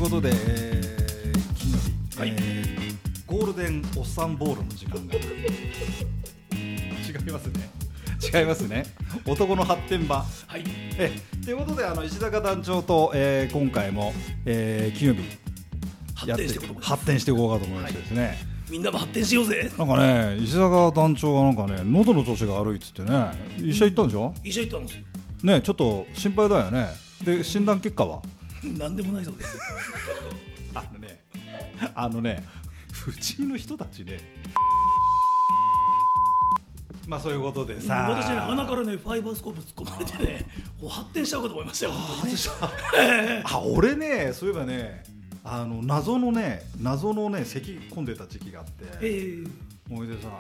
ことで、金曜日、 はいゴールデンおっさんボールの時間が違いますね。違いますね。男の発展場。 はい。 ということで石坂団長と、今回も、金曜日やって発展していこうかと思いましてですね、はい、 みんなも発展しようぜ。 なんかね、石坂団長がなんかね、喉の調子が悪いっつってね、医者行ったんでしょ。 医者行ったんですよね。ちょっと心配だよね。で診断結果は何でもないそうです。 あのねうちの人たちね、まあそういうことでさ、 私ね、鼻からねファイバースコープ突っ込まれてね、発展しちゃうかと思いましたよ。 俺ね、そういえばね、謎のね咳込んでた時期があって、おいでさ、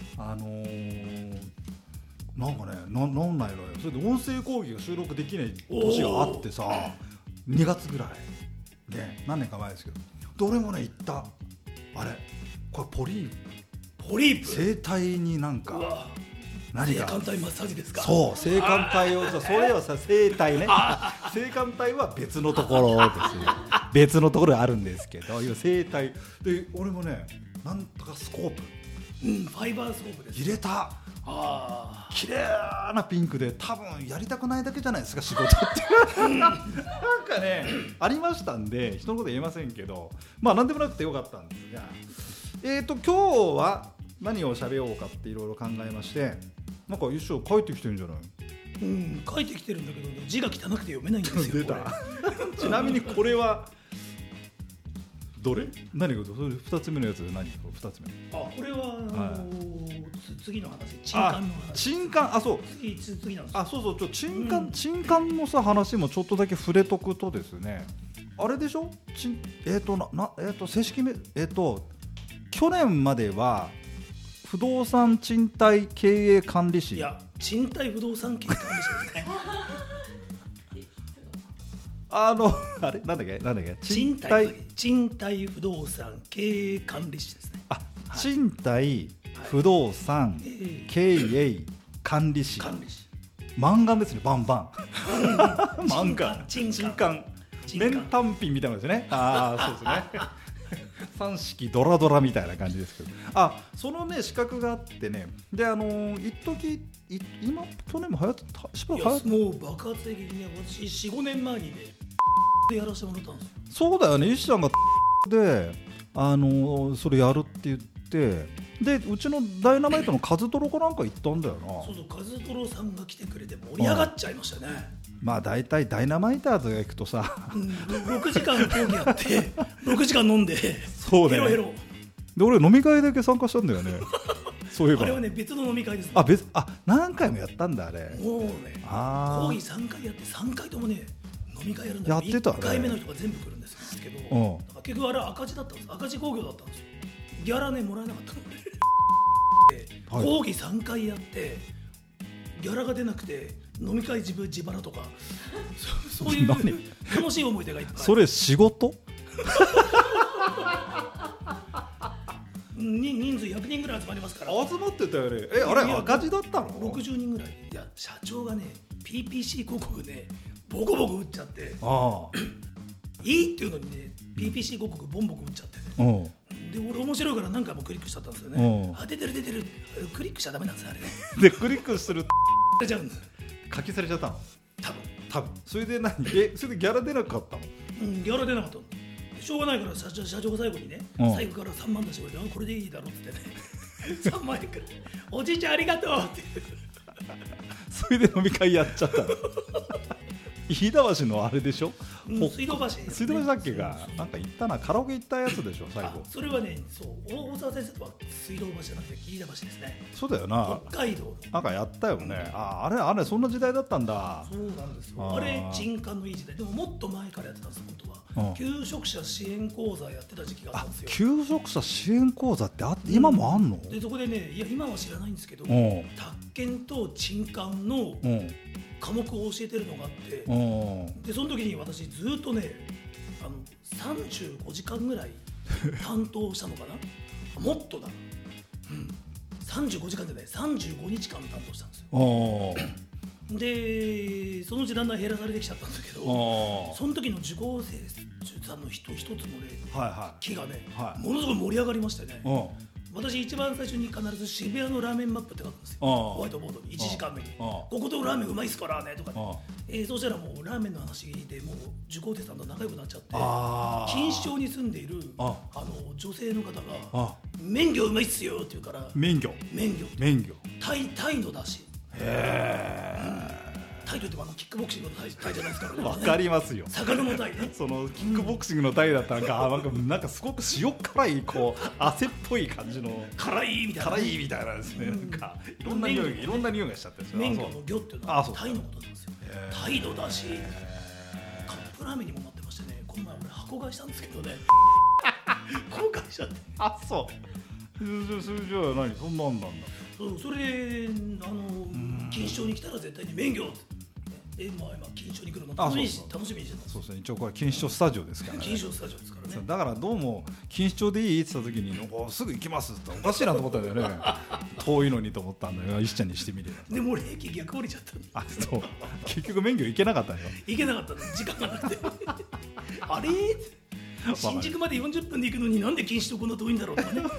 なんかね、なんないのよ。それで音声講義が収録できない年があってさ、2月ぐらいで、何年か前ですけど、どれもね言った。あれこれポリープ声帯になんか何が性感帯マッサージですか。 そう、性感帯をそれはさ、声帯ね性感帯は別のところですよ。別のところがあるんですけど、声帯で、俺もね、なんとかスコープ、 ファイバースコープです。 入れた。綺麗なピンクで、多分やりたくないだけじゃないですか、仕事ってなんかねありましたんで、人のこと言えませんけど、まあ何でもなくてよかったんですが、今日は何を喋ろうかっていろいろ考えまして、なんか一生帰ってきてるんじゃない。 書いてきてるんだけど、ね、字が汚くて読めないんですよ。 出たちなみにこれはどれ？何がそれ2つ目のやつで何？2つ目。 これは、次の話、沈観の話。沈観、 そう。 次なんです。 そう、沈観のさ話もちょっとだけ触れとくとですね、あれでしょ？正式名去年までは不動産賃貸経営管理士。 いや、賃貸不動産経営管理士ですね。 あれなんだっけ賃貸不動産経営管理士ですね。 賃貸不動産経営管理士。漫画ですね、バンバン。漫画。賃管。面単品みたいなですね。そうですね。三式ドラドラみたいな感じですけど、そのね資格があってね、で一時今去年も流行ってた、しばらく流行って、 もう爆発的にね、私 4,5 年前にねでやらせてもらったんですよ。 そうだよね、石ちゃんがでそれやるって言って、でうちのダイナマイトのカズトロかなんか行ったんだよな。 そうカズトロさんが来てくれて盛り上がっちゃいましたね。 まあ大体ダイナマイターズが行くとさ、 6時間講義やって6時間飲んで、 そうね、 ヘロヘロで、俺飲み会だけ参加したんだよね。そういえばあれはね、別の飲み会ですね。 何回もやったんだあれ。 もうね、講義3回やって3回ともね飲み会やるんだけど、1回目の人が全部来るんですけど、結局あれは赤字だったんです。赤字興行だったんですよ。ギャラねもらえなかったので講義3回やってギャラが出なくて、飲み会自腹とかそういう楽しい思い出がいっぱい。 それ仕事人数100人ぐらい集まりますから。 集まってたよね。あれ赤字だったの ？60人ぐらい。いや、社長がね PPC 広告ねボコボコ打っちゃって、いいっていうのにね PPC 広告ボンボコ打っちゃってね、で俺面白いから何回もクリックしちゃったんですよね。出てるクリックしちゃダメなんですよあれね。 でクリックすると出ちゃうんです。 課金されちゃったの多分。それでそれでギャラ出なかったの？ ギャラ出なかったの。しょうがないから社長が最後にね、財布から3万出してくれて、これでいいだろって言ってね3万円くらいおじいちゃんありがとうってそれで飲み会やっちゃったの。飯田橋のあれでしょ、 水道橋だっけが、なんか行ったな、カラオケ行ったやつでしょ最後。それはね、大沢先生とは水道橋じゃなくて飯田橋ですね。 そうだよな、 北海道なんかやったよね。あれそんな時代だったんだ。 そうなんですよ。あれ人間のいい時代でも、もっと前からやってたんです。本当は求職者支援講座やってた時期があったんですよ。 求職者支援講座って今もあんの？ でそこでね、いや今は知らないんですけど、宅建と賃管の科目を教えてるのがあって、でその時に私ずっとね35時間ぐらい担当したのかなもっとだ、35時間じゃない、35日間担当したんですよ。 でそのうちだんだん減らされてきちゃったんだけど、その時の受講生さんの一つのね、木がね、ものすごい盛り上がりましてね、私一番最初に必ず渋谷のラーメンマップって書くんですよ、ホワイトボードに1時間目にこことラーメンうまいっすからねとかね、そしたらもうラーメンの話でもう受講生さんと仲良くなっちゃって、錦糸町に住んでいる女性の方が麺魚うまいっすよって言うから、麺魚タイのだし、タイといってもキックボクシングのタイじゃないですからね。 わかりますよ。 魚のタイね。 そのキックボクシングのタイだったらなんかすごく塩辛いこう汗っぽい感じの辛いみたいな、 辛いみたいなですね。なんかいろんな匂いがしちゃってるんですよ。 麺魚の魚っていうのはタイのことなんですよ。タイのだし、カップラーメンにもなってましてね。この前俺箱買いしたんですけどね。後悔しちゃって。 あ、そう。それじゃあ何そんなんなんだ。 それで錦糸町に来たら絶対に麺魚って。今錦糸町に来るの楽しみにしてたんです。 そうですね。一応これ錦糸町スタジオですからね。 錦糸町スタジオですからね。 だからどうも錦糸町でいいって言った時にすぐ行きますっておかしいなと思ったんだよね。遠いのにと思ったんだよ。石ちゃんにしてみれば。 でも俺駅逆降りちゃったの。 そう。結局免許行けなかったんよ。 行けなかったの。時間がなくて。あれ？新宿まで40分で行くのになんで錦糸町こんな遠いんだろうとかね。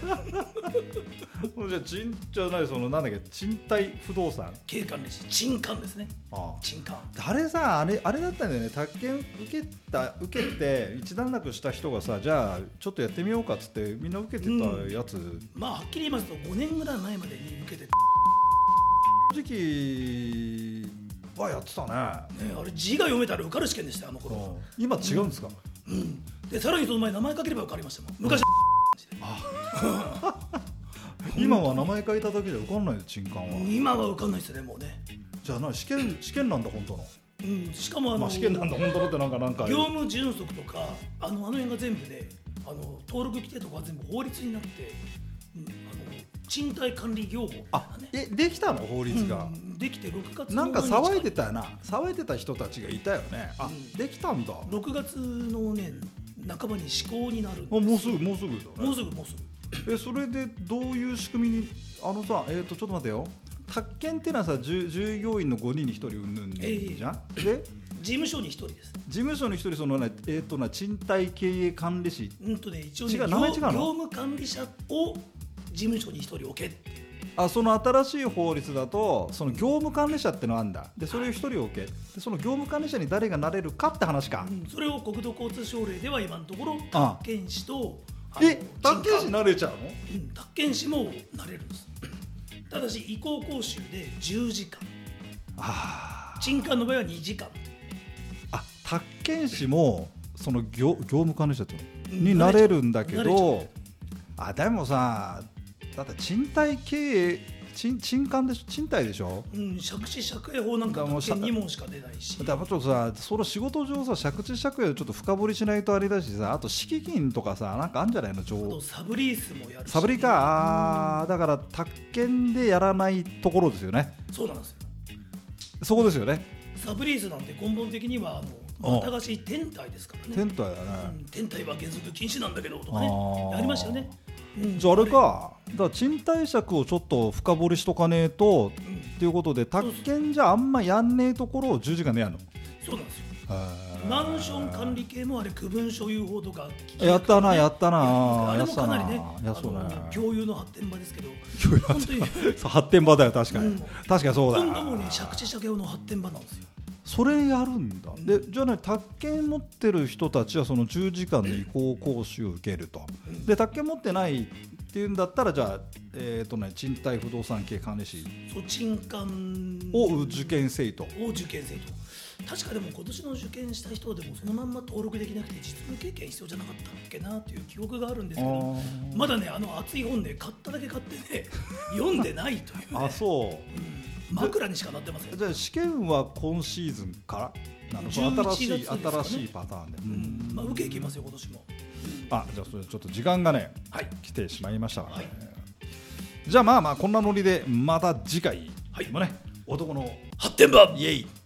じゃないなんだっけ、賃貸不動産景観です。賃貸ですね。賃貸。 あれさ、あれだったんだよね。宅建受けて一段落した人がさ、じゃあちょっとやってみようかっつってみんな受けてたやつ、 はっきり言いますと5年ぐらい前までに受けてた。 正直はやってたね。 あれ字が読めたら受かる試験でしたよ、あの頃。 今違うんですか？ でさらにその前名前書ければ受かりましたもん。昔今は名前書いただけじゃ受かんないよ、賃貸は。 今は受かんないですね、もうね。 じゃあ試験なんだ本当の。 しかも試験なんだ本当のってなんか業務準則とかあの辺が全部ね、登録規定とか全部法律になって、賃貸管理業法、 できたの法律が、 できて6月なんか騒いでたよな。騒いでた人たちがいたよね。できたんだ。 6月のね半ばに施行になるんです。 もうすぐだね。 もうすぐそれでどういう仕組みにちょっと待てよ。宅建っていうのはさ、従業員の5人に1人うんぬんじゃん。で事務所に1人です。 事務所に1人賃貸経営管理士。 一応ね、 名前違うの？ 業務管理者を事務所に1人置けって。 その新しい法律だとその業務管理者ってのあるんだ。でそれを1人置け。でその業務管理者に誰がなれるかって話か。 それを国土交通省令では今のところ宅建士と宅建士なれちゃうの？ 宅建士もなれるんです。ただし移行講習で10時間。賃貸の場合は2時間。 宅建士もその業務管理者になれるんだけど、でもさ、だって賃貸経営賃貸でしょ。 借地借家法なんか宅建2問しか出ないし。 だからちょっとさ、その仕事上さ、借地借家でちょっと深掘りしないとあれだしさ、あと敷金とかさ、なんかあるんじゃないの？あとサブリースもやるし。 サブリか。だから宅建でやらないところですよね。 そうなんですよ。 そこですよね。 サブリースなんて根本的にはまたがし天体ですからね。 天体だね。 天体は原則禁止なんだけどとかね、やりましたよね。 じゃああれか、だから賃貸借をちょっと深掘りしとかねえと、っていうことで宅建じゃあんまやんねえところを10時間でやるの。 そうなんですよ。マンション管理系もあれ区分所有法とかやったな。 あれもかなりね、共有の発展場ですけど、本当に発展場だよ。確かにそうだよ。 今度もね、借地借家の発展場なんですよ。 それやるんだ。でじゃあね、宅建持ってる人たちはその10時間の移行講習を受けると。で宅建持ってないっていうんだったら、じゃあ賃貸不動産系管理士賃貸を受験せいと。 確かでも今年の受験した人でもそのまんま登録できなくて実務経験必要じゃなかったっけなっていう記憶があるんですけど、まだね、熱い本で買っただけ買ってね読んでないというね。 そう、 枕にしかなってません。 じゃあ試験は今シーズンからなの？新しいパターンで。 受けいきますよ今年も。 じゃあそれちょっと時間がね、来てしまいましたからね。じゃあこんなノリでまた次回もね、男の発展場イエイ。